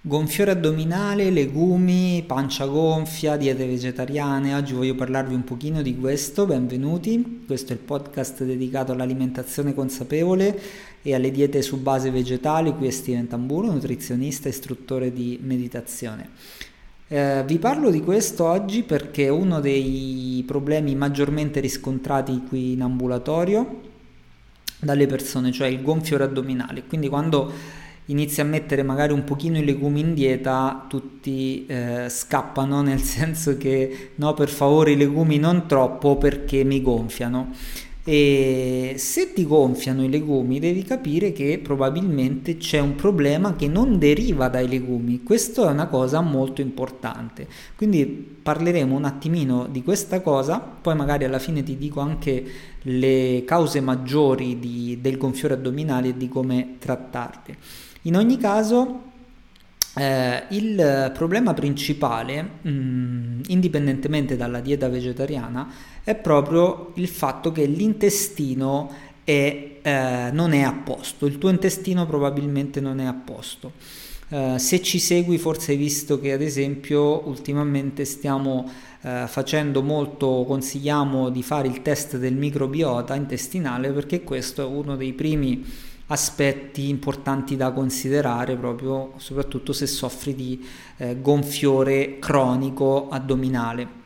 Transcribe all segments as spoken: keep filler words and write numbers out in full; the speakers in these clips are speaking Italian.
Gonfiore addominale, legumi, pancia gonfia, diete vegetariane. Oggi voglio parlarvi un pochino di questo, benvenuti. Questo è il podcast dedicato all'alimentazione consapevole e alle diete su base vegetale. Qui è Steven Tamburo, nutrizionista e istruttore di meditazione. Eh, vi parlo di questo oggi perché è uno dei problemi maggiormente riscontrati qui in ambulatorio dalle persone, cioè il gonfiore addominale. Quindi quando inizi a mettere magari un pochino i legumi in dieta, tutti eh, scappano, nel senso che no, per favore i legumi non troppo perché mi gonfiano. E se ti gonfiano i legumi devi capire che probabilmente c'è un problema che non deriva dai legumi. Questo è una cosa molto importante, quindi parleremo un attimino di questa cosa, poi magari alla fine ti dico anche le cause maggiori di, del gonfiore addominale e di come trattarle. In ogni caso, eh, il problema principale, mh, indipendentemente dalla dieta vegetariana, è proprio il fatto che l'intestino è, eh, non è a posto. Il tuo intestino probabilmente non è a posto. Uh, se ci segui forse hai visto che ad esempio ultimamente stiamo uh, facendo molto, consigliamo di fare il test del microbiota intestinale, perché questo è uno dei primi aspetti importanti da considerare, proprio soprattutto se soffri di eh, gonfiore cronico addominale.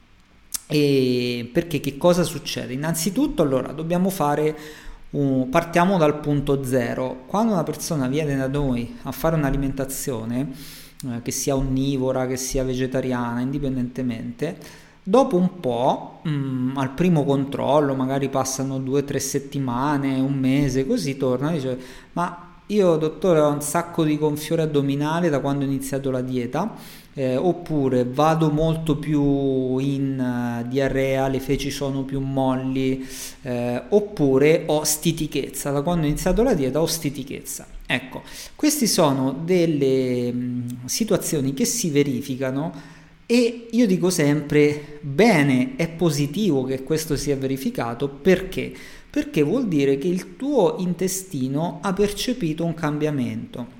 E perché che cosa succede? Innanzitutto, allora, dobbiamo fare un, partiamo dal punto zero. Quando una persona viene da noi a fare un'alimentazione, eh, che sia onnivora, che sia vegetariana, indipendentemente, dopo un po', mh, al primo controllo, magari passano due o tre settimane, un mese, così torna e dice: ma io dottore ho un sacco di gonfiore addominale da quando ho iniziato la dieta, eh, oppure vado molto più in uh, diarrea, le feci sono più molli, eh, oppure ho stitichezza, da quando ho iniziato la dieta ho stitichezza. Ecco, queste sono delle mh, situazioni che si verificano. E io dico sempre, bene, è positivo che questo sia verificato, perché? Perché vuol dire che il tuo intestino ha percepito un cambiamento.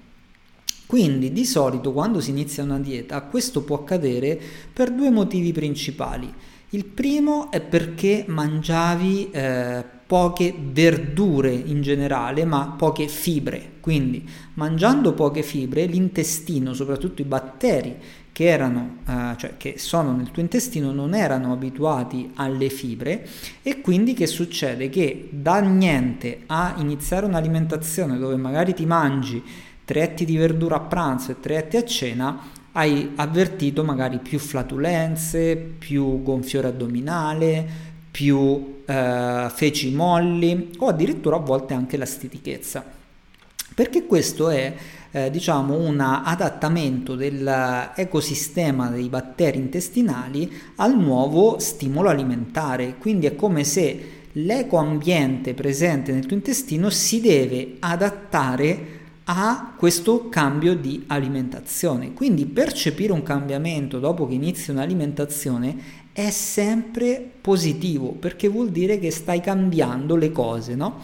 Quindi di solito quando si inizia una dieta questo può accadere per due motivi principali. Il primo è perché mangiavi eh, poche verdure in generale, ma poche fibre. Quindi mangiando poche fibre l'intestino, soprattutto i batteri che erano, eh, cioè che sono nel tuo intestino, non erano abituati alle fibre, e quindi che succede? Che da niente a iniziare un'alimentazione dove magari ti mangi tre etti di verdura a pranzo e tre etti a cena, hai avvertito magari più flatulenze, più gonfiore addominale, più eh, feci molli, o addirittura a volte anche la stitichezza, perché questo è Eh, diciamo un adattamento dell'ecosistema dei batteri intestinali al nuovo stimolo alimentare. Quindi è come se l'ecoambiente presente nel tuo intestino si deve adattare a questo cambio di alimentazione. Quindi percepire un cambiamento dopo che inizi un'alimentazione è sempre positivo, perché vuol dire che stai cambiando le cose, no?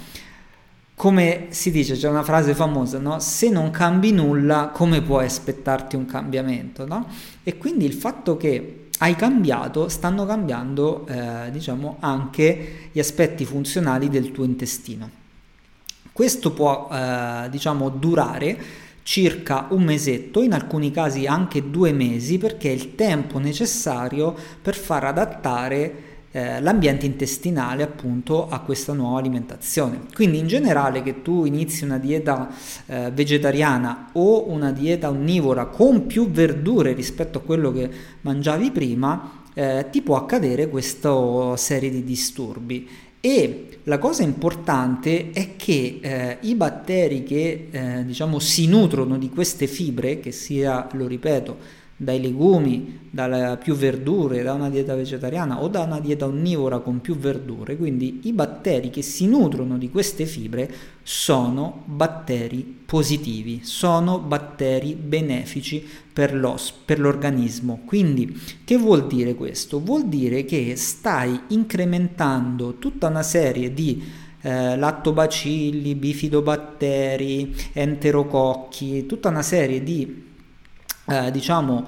Come si dice, c'è una frase famosa, no? Se non cambi nulla, come puoi aspettarti un cambiamento, no? E quindi il fatto che hai cambiato, stanno cambiando, eh, diciamo, anche gli aspetti funzionali del tuo intestino. Questo può, eh, diciamo, durare circa un mesetto, in alcuni casi anche due mesi, perché è il tempo necessario per far adattare Eh, l'ambiente intestinale appunto a questa nuova alimentazione. Quindi in generale, che tu inizi una dieta eh, vegetariana o una dieta onnivora con più verdure rispetto a quello che mangiavi prima, eh, ti può accadere questa serie di disturbi. E la cosa importante è che eh, i batteri che eh, diciamo si nutrono di queste fibre, che sia, lo ripeto, dai legumi, da più verdure, da una dieta vegetariana o da una dieta onnivora con più verdure, quindi i batteri che si nutrono di queste fibre sono batteri positivi, sono batteri benefici per, l'os, per l'organismo. Quindi che vuol dire questo? Vuol dire che stai incrementando tutta una serie di eh, lattobacilli, bifidobatteri, enterococchi, tutta una serie di eh, diciamo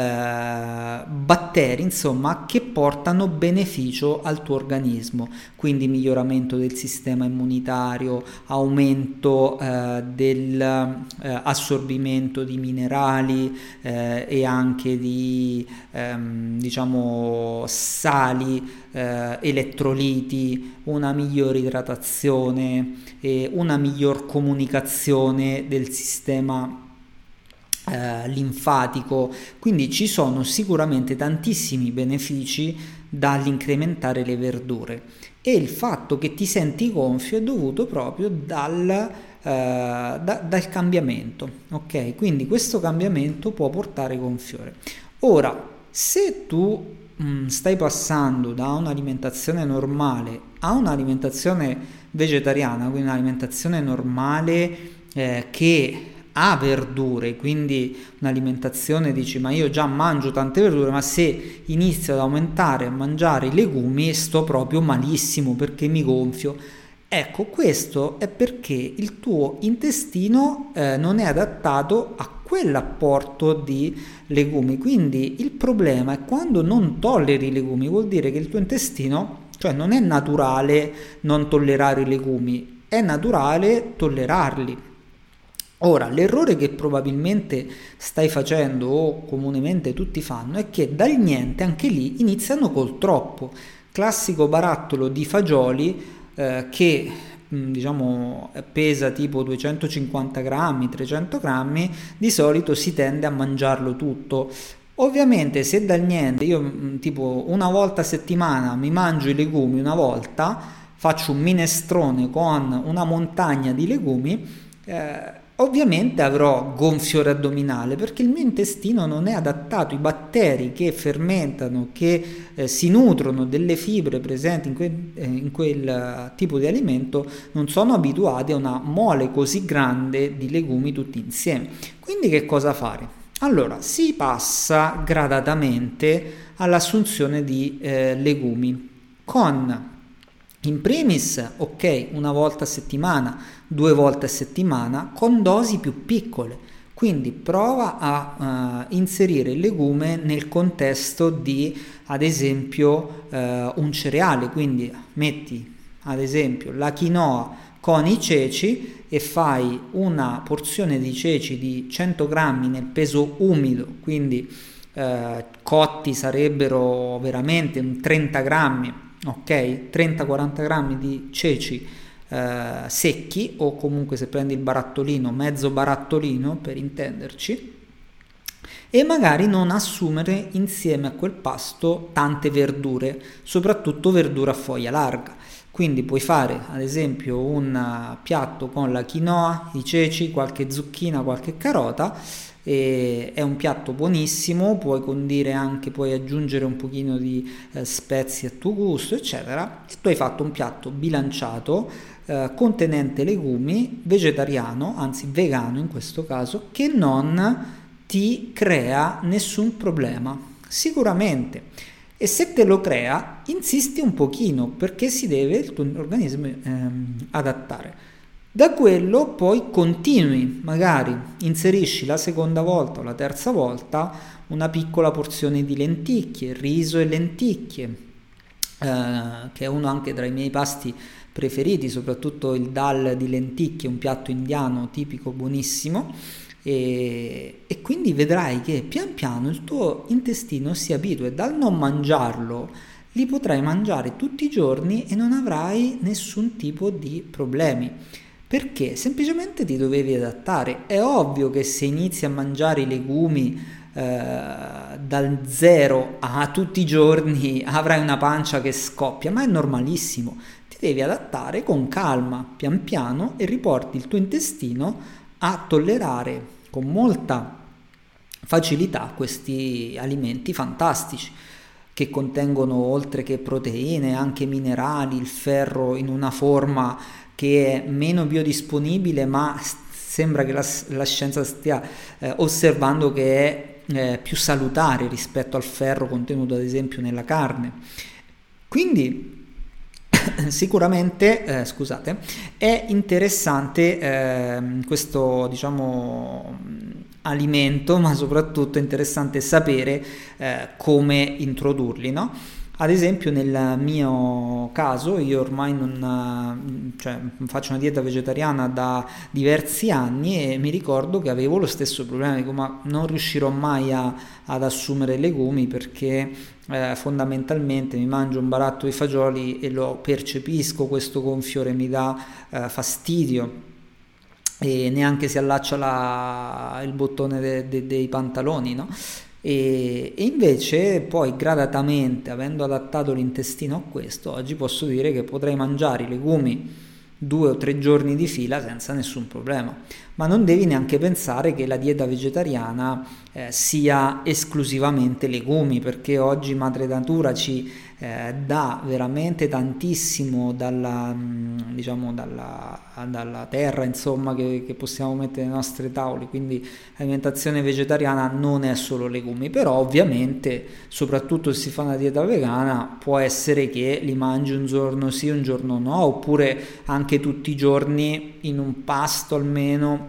eh, batteri, insomma, che portano beneficio al tuo organismo, quindi miglioramento del sistema immunitario, aumento eh, del eh, assorbimento di minerali eh, e anche di ehm, diciamo sali, eh, elettroliti, una migliore idratazione e una miglior comunicazione del sistema eh, linfatico. Quindi ci sono sicuramente tantissimi benefici dall'incrementare le verdure, e il fatto che ti senti gonfio è dovuto proprio dal, eh, da, dal cambiamento, ok? Quindi questo cambiamento può portare gonfiore. Ora, se tu mh, stai passando da un'alimentazione normale a un'alimentazione vegetariana, quindi un'alimentazione normale eh, che ha verdure, quindi un'alimentazione, dici ma io già mangio tante verdure, ma se inizio ad aumentare a mangiare i legumi sto proprio malissimo perché mi gonfio. Ecco, questo è perché il tuo intestino eh, non è adattato a quell'apporto di legumi. Quindi il problema è quando non tolleri i legumi, vuol dire che il tuo intestino, cioè non è naturale non tollerare i legumi, è naturale tollerarli. Ora, l'errore che probabilmente stai facendo o comunemente tutti fanno è che dal niente anche lì iniziano col troppo. Classico barattolo di fagioli eh, che mh, diciamo pesa tipo duecentocinquanta grammi, trecento grammi, di solito si tende a mangiarlo tutto. Ovviamente se dal niente io mh, tipo una volta a settimana mi mangio i legumi, una volta faccio un minestrone con una montagna di legumi, eh, ovviamente avrò gonfiore addominale perché il mio intestino non è adattato, i batteri che fermentano, che eh, si nutrono delle fibre presenti in quel, eh, in quel tipo di alimento non sono abituati a una mole così grande di legumi tutti insieme. Quindi che cosa fare? Allora, si passa gradatamente all'assunzione di eh, legumi con in primis, ok, una volta a settimana, due volte a settimana, con dosi più piccole. Quindi prova a uh, inserire il legume nel contesto di, ad esempio, uh, un cereale. Quindi metti, ad esempio, la quinoa con i ceci e fai una porzione di ceci di cento grammi nel peso umido, quindi uh, cotti sarebbero veramente un trenta grammi. Ok, trenta quaranta grammi di ceci eh, secchi, o comunque se prendi il barattolino, mezzo barattolino per intenderci, e magari non assumere insieme a quel pasto tante verdure, soprattutto verdura a foglia larga. Quindi puoi fare ad esempio un piatto con la quinoa, i ceci, qualche zucchina, qualche carota. E è un piatto buonissimo, puoi condire anche, puoi aggiungere un pochino di eh, spezie a tuo gusto, eccetera, e tu hai fatto un piatto bilanciato eh, contenente legumi, vegetariano, anzi vegano in questo caso, che non ti crea nessun problema, sicuramente. E se te lo crea, insisti un pochino perché si deve il tuo organismo ehm, adattare. Da quello poi continui, magari inserisci la seconda volta o la terza volta una piccola porzione di lenticchie, riso e lenticchie, eh, che è uno anche tra i miei pasti preferiti, soprattutto il dal di lenticchie, un piatto indiano tipico buonissimo, e, e quindi vedrai che pian piano il tuo intestino si abitua e dal non mangiarlo li potrai mangiare tutti i giorni e non avrai nessun tipo di problemi. Perché? Semplicemente ti dovevi adattare. È ovvio che se inizi a mangiare i legumi eh, dal zero a tutti i giorni avrai una pancia che scoppia, ma è normalissimo. Ti devi adattare con calma, pian piano, e riporti il tuo intestino a tollerare con molta facilità questi alimenti fantastici che contengono, oltre che proteine, anche minerali, il ferro in una forma che è meno biodisponibile, ma sembra che la, la scienza stia eh, osservando che è eh, più salutare rispetto al ferro contenuto ad esempio nella carne. Quindi sicuramente eh, scusate, è interessante eh, questo, diciamo, alimento, ma soprattutto è interessante sapere eh, come introdurli, no? Ad esempio nel mio caso io ormai non, cioè, faccio una dieta vegetariana da diversi anni e mi ricordo che avevo lo stesso problema, dico, ma non riuscirò mai a, ad assumere legumi perché eh, fondamentalmente mi mangio un baratto di fagioli e lo percepisco, questo gonfiore mi dà eh, fastidio e neanche si allaccia la, il bottone de, de, dei pantaloni, no? E, e invece poi gradatamente, avendo adattato l'intestino a questo, oggi posso dire che potrei mangiare i legumi due o tre giorni di fila senza nessun problema. Ma non devi neanche pensare che la dieta vegetariana eh, sia esclusivamente legumi, perché oggi madre natura ci eh, dà veramente tantissimo dalla, diciamo, dalla, dalla terra, insomma, che, che possiamo mettere nei nostri tavoli, quindi l'alimentazione vegetariana non è solo legumi, però ovviamente, soprattutto se si fa una dieta vegana, può essere che li mangi un giorno sì, un giorno no, oppure anche tutti i giorni in un pasto almeno,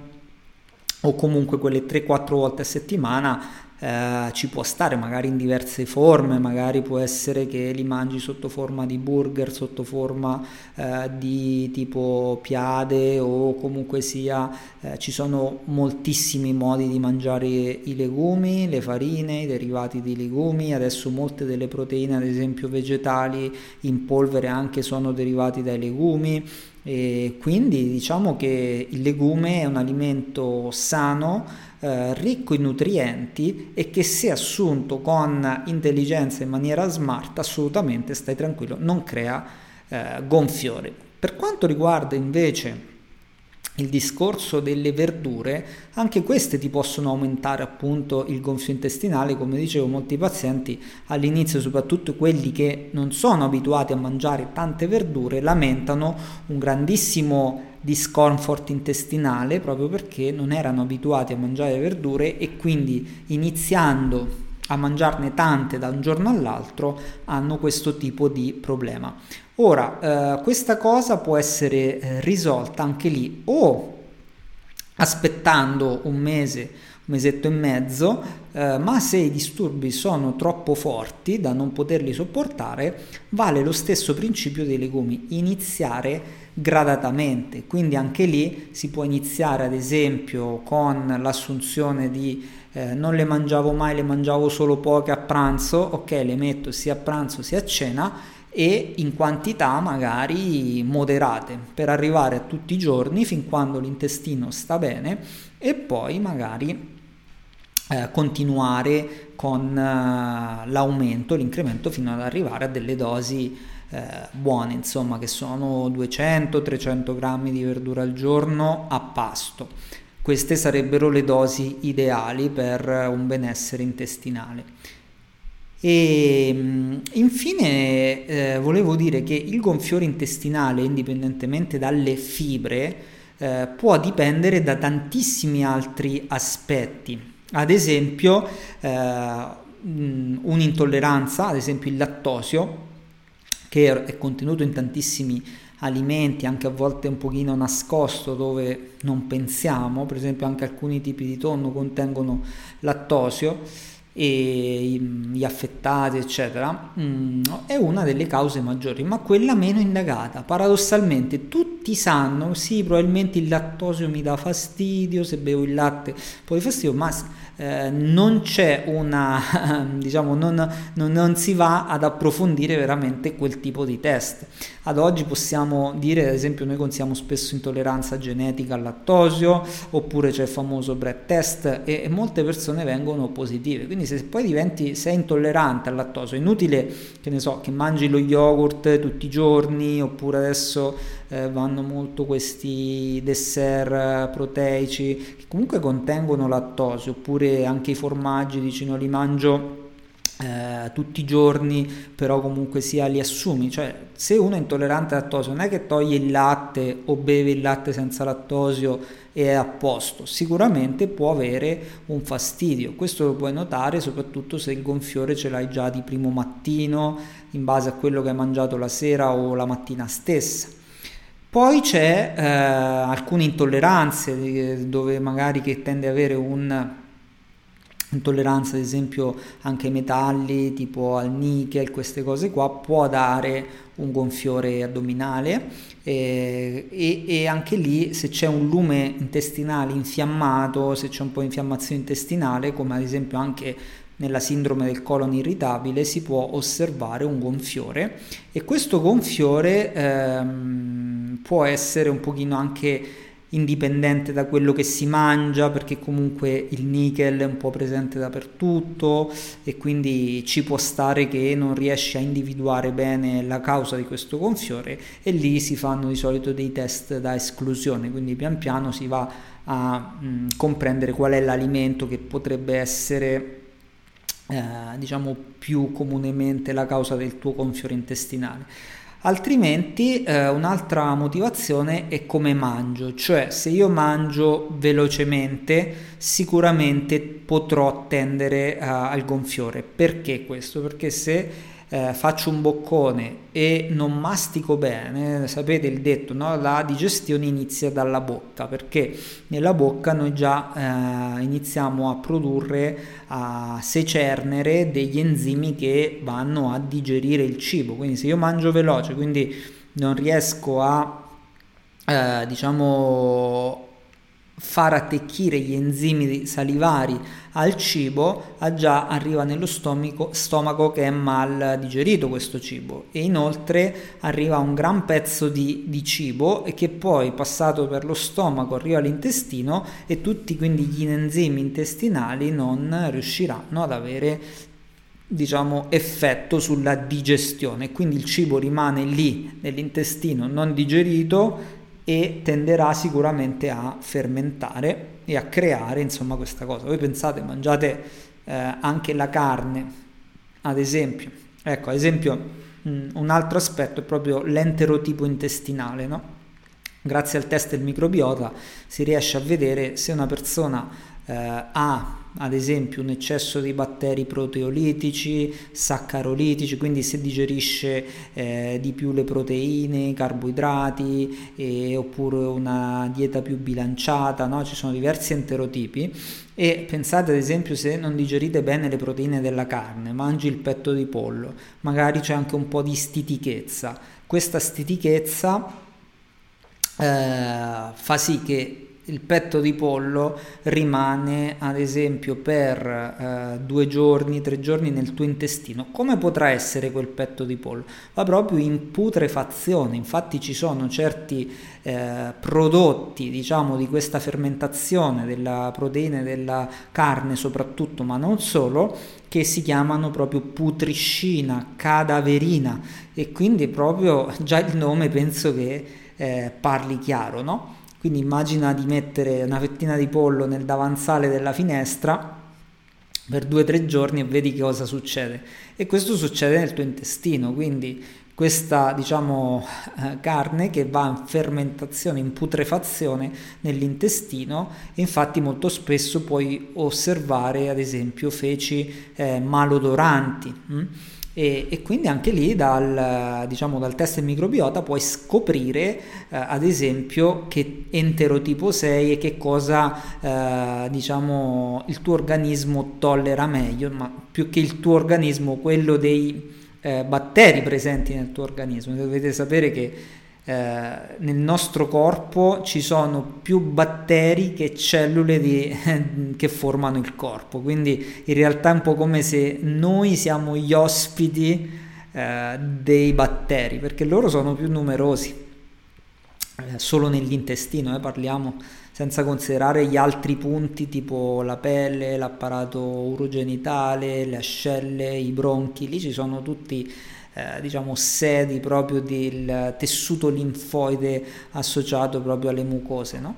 o comunque quelle tre quattro volte a settimana eh, ci può stare, magari in diverse forme, magari può essere che li mangi sotto forma di burger, sotto forma eh, di tipo piade, o comunque sia eh, ci sono moltissimi modi di mangiare i legumi, le farine, i derivati di legumi. Adesso molte delle proteine, ad esempio vegetali in polvere, anche sono derivati dai legumi. E quindi diciamo che il legume è un alimento sano, eh, ricco in nutrienti, e che se assunto con intelligenza, in maniera smart, assolutamente stai tranquillo, non crea eh, gonfiore. Per quanto riguarda invece il discorso delle verdure, anche queste ti possono aumentare appunto il gonfio intestinale. Come dicevo, molti pazienti all'inizio, soprattutto quelli che non sono abituati a mangiare tante verdure, lamentano un grandissimo discomfort intestinale proprio perché non erano abituati a mangiare verdure, e quindi iniziando a mangiarne tante da un giorno all'altro hanno questo tipo di problema. Ora, eh, questa cosa può essere eh, risolta anche lì, o aspettando un mese, un mesetto e mezzo, eh, ma se i disturbi sono troppo forti da non poterli sopportare, vale lo stesso principio dei legumi: iniziare gradatamente. Quindi anche lì si può iniziare ad esempio con l'assunzione di eh, non le mangiavo mai, le mangiavo solo poche a pranzo, ok, le metto sia a pranzo sia a cena, e in quantità magari moderate, per arrivare a tutti i giorni fin quando l'intestino sta bene, e poi magari eh, continuare con eh, l'aumento, l'incremento, fino ad arrivare a delle dosi eh, buone, insomma, che sono duecento trecento grammi di verdura al giorno a pasto. Queste sarebbero le dosi ideali per un benessere intestinale. E infine eh, volevo dire che il gonfiore intestinale, indipendentemente dalle fibre, eh, può dipendere da tantissimi altri aspetti. Ad esempio eh, un'intolleranza, ad esempio il lattosio, che è contenuto in tantissimi alimenti, anche a volte un pochino nascosto dove non pensiamo, per esempio anche alcuni tipi di tonno contengono lattosio, e gli affettati eccetera, mm, è una delle cause maggiori, ma quella meno indagata. Paradossalmente tutti sanno, sì, probabilmente il lattosio mi dà fastidio, se bevo il latte poi fastidio, ma eh, non c'è una diciamo non, non, non si va ad approfondire veramente quel tipo di test. Ad oggi possiamo dire, ad esempio, noi consigliamo spesso intolleranza genetica al lattosio, oppure c'è il famoso breath test, e, e molte persone vengono positive. Quindi se poi diventi, sei intollerante al lattosio, è inutile che ne so, che mangi lo yogurt tutti i giorni, oppure adesso eh, vanno molto questi dessert proteici che comunque contengono lattosio, oppure anche i formaggi, dici no, li mangio Eh, tutti i giorni, però comunque sia li assumi. Cioè, se uno è intollerante al lattosio, non è che toglie il latte o beve il latte senza lattosio e è a posto, sicuramente può avere un fastidio. Questo lo puoi notare soprattutto se il gonfiore ce l'hai già di primo mattino, in base a quello che hai mangiato la sera o la mattina stessa. Poi c'è eh, alcune intolleranze dove magari che tende ad avere un intolleranza ad esempio anche ai metalli tipo al nickel, queste cose qua, può dare un gonfiore addominale eh, e, e anche lì se c'è un lume intestinale infiammato, se c'è un po' di infiammazione intestinale, come ad esempio anche nella sindrome del colon irritabile, si può osservare un gonfiore, e questo gonfiore ehm, può essere un pochino anche indipendente da quello che si mangia, perché comunque il nickel è un po' presente dappertutto e quindi ci può stare che non riesci a individuare bene la causa di questo gonfiore, e lì si fanno di solito dei test da esclusione, quindi pian piano si va a mh, comprendere qual è l'alimento che potrebbe essere eh, diciamo più comunemente la causa del tuo gonfiore intestinale. Altrimenti eh, un'altra motivazione è come mangio, cioè se io mangio velocemente sicuramente potrò tendere uh, al gonfiore. Perché questo? Perché se eh, faccio un boccone e non mastico bene, sapete il detto, no? La digestione inizia dalla bocca, perché nella bocca noi già eh, iniziamo a produrre, a secernere degli enzimi che vanno a digerire il cibo. Quindi se io mangio veloce, quindi non riesco a eh, diciamo far attecchire gli enzimi salivari al cibo, già arriva nello stomaco, stomaco che è mal digerito questo cibo, e inoltre arriva un gran pezzo di, di cibo e che poi passato per lo stomaco arriva all'intestino, e tutti quindi gli enzimi intestinali non riusciranno ad avere diciamo effetto sulla digestione, quindi il cibo rimane lì nell'intestino non digerito e tenderà sicuramente a fermentare e a creare insomma questa cosa. Voi pensate, mangiate eh, anche la carne ad esempio, ecco ad esempio mh, un altro aspetto è proprio l'enterotipo intestinale, no? Grazie al test del microbiota si riesce a vedere se una persona eh, ha ad esempio un eccesso di batteri proteolitici, saccarolitici, quindi se digerisce eh, di più le proteine, i carboidrati, eh, oppure una dieta più bilanciata, no? Ci sono diversi enterotipi, e pensate ad esempio se non digerite bene le proteine della carne, mangi il petto di pollo, magari c'è anche un po' di stitichezza, questa stitichezza eh, fa sì che il petto di pollo rimane ad esempio per eh, due giorni, tre giorni nel tuo intestino. Come potrà essere quel petto di pollo? Va proprio in putrefazione, infatti ci sono certi eh, prodotti diciamo di questa fermentazione della proteina e della carne soprattutto, ma non solo, che si chiamano proprio putrescina, cadaverina, e quindi proprio già il nome penso che eh, parli chiaro, no? Quindi immagina di mettere una fettina di pollo nel davanzale della finestra per due o tre giorni e vedi che cosa succede. E questo succede nel tuo intestino, quindi questa diciamo eh, carne che va in fermentazione, in putrefazione nell'intestino, e infatti molto spesso puoi osservare ad esempio feci eh, malodoranti. Hm? E, e quindi anche lì dal, diciamo, dal test del microbiota puoi scoprire eh, ad esempio che enterotipo sei e che cosa eh, diciamo il tuo organismo tollera meglio, ma più che il tuo organismo quello dei eh, batteri presenti nel tuo organismo. Dovete sapere che eh, nel nostro corpo ci sono più batteri che cellule di, che formano il corpo, quindi in realtà è un po' come se noi siamo gli ospiti eh, dei batteri, perché loro sono più numerosi eh, solo nell'intestino, eh, parliamo, senza considerare gli altri punti tipo la pelle, l'apparato urogenitale, le ascelle, i bronchi. Lì ci sono tutti Eh, diciamo sedi proprio del tessuto linfoide associato proprio alle mucose, no?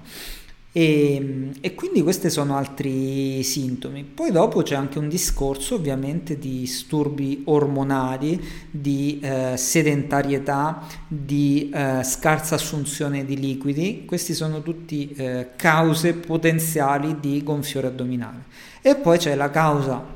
E, e quindi questi sono altri sintomi. Poi dopo c'è anche un discorso ovviamente di disturbi ormonali, di eh, sedentarietà, di eh, scarsa assunzione di liquidi. Questi sono tutti eh, cause potenziali di gonfiore addominale. E poi c'è la causa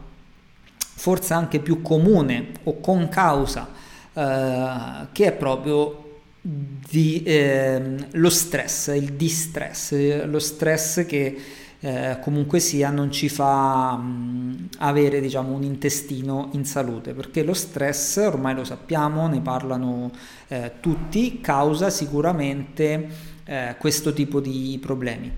forse anche più comune o concausa, eh, che è proprio di eh, lo stress, il distress, lo stress che eh, comunque sia non ci fa mh, avere, diciamo, un intestino in salute, perché lo stress, ormai lo sappiamo, ne parlano eh, tutti, causa sicuramente eh, questo tipo di problemi.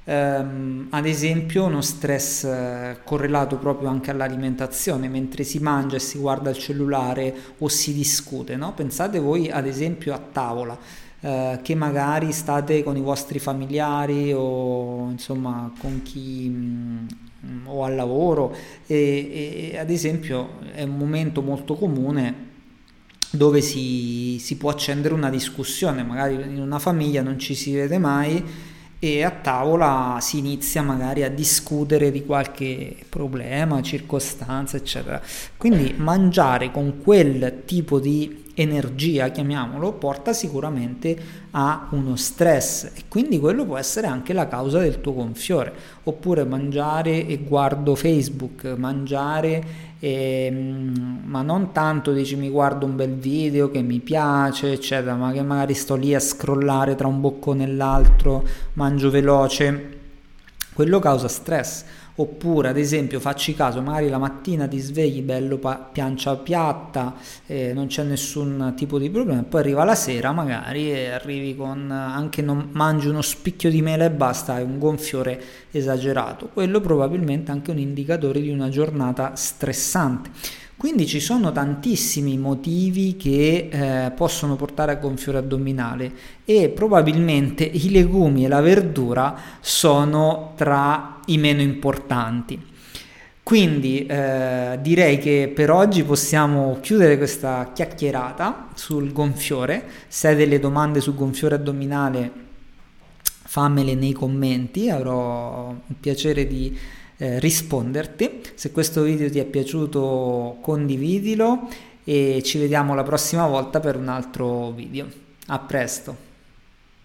Um, ad esempio uno stress eh, correlato proprio anche all'alimentazione, mentre si mangia e si guarda il cellulare o si discute, no? Pensate voi ad esempio a tavola, eh, che magari state con i vostri familiari o insomma con chi mh, o al lavoro e, e ad esempio è un momento molto comune dove si, si può accendere una discussione, magari in una famiglia non ci si vede mai e a tavola si inizia magari a discutere di qualche problema, circostanza, eccetera. Quindi mangiare con quel tipo di energia, chiamiamolo, porta sicuramente a uno stress e quindi quello può essere anche la causa del tuo gonfiore. Oppure mangiare e guardo Facebook, mangiare e, ma non tanto dici mi guardo un bel video che mi piace eccetera, ma che magari sto lì a scrollare tra un boccone e l'altro, mangio veloce, quello causa stress. Oppure ad esempio facci caso, magari la mattina ti svegli bello pa- piancia piatta, eh, non c'è nessun tipo di problema, poi arriva la sera magari e arrivi con anche non mangi uno spicchio di mele e basta, hai un gonfiore esagerato, quello probabilmente è anche un indicatore di una giornata stressante. Quindi ci sono tantissimi motivi che eh, possono portare a gonfiore addominale e probabilmente i legumi e la verdura sono tra i meno importanti. Quindi eh, direi che per oggi possiamo chiudere questa chiacchierata sul gonfiore. Se hai delle domande sul gonfiore addominale fammele nei commenti, avrò il piacere di Eh, risponderti. Se questo video ti è piaciuto condividilo e ci vediamo la prossima volta per un altro video. A presto.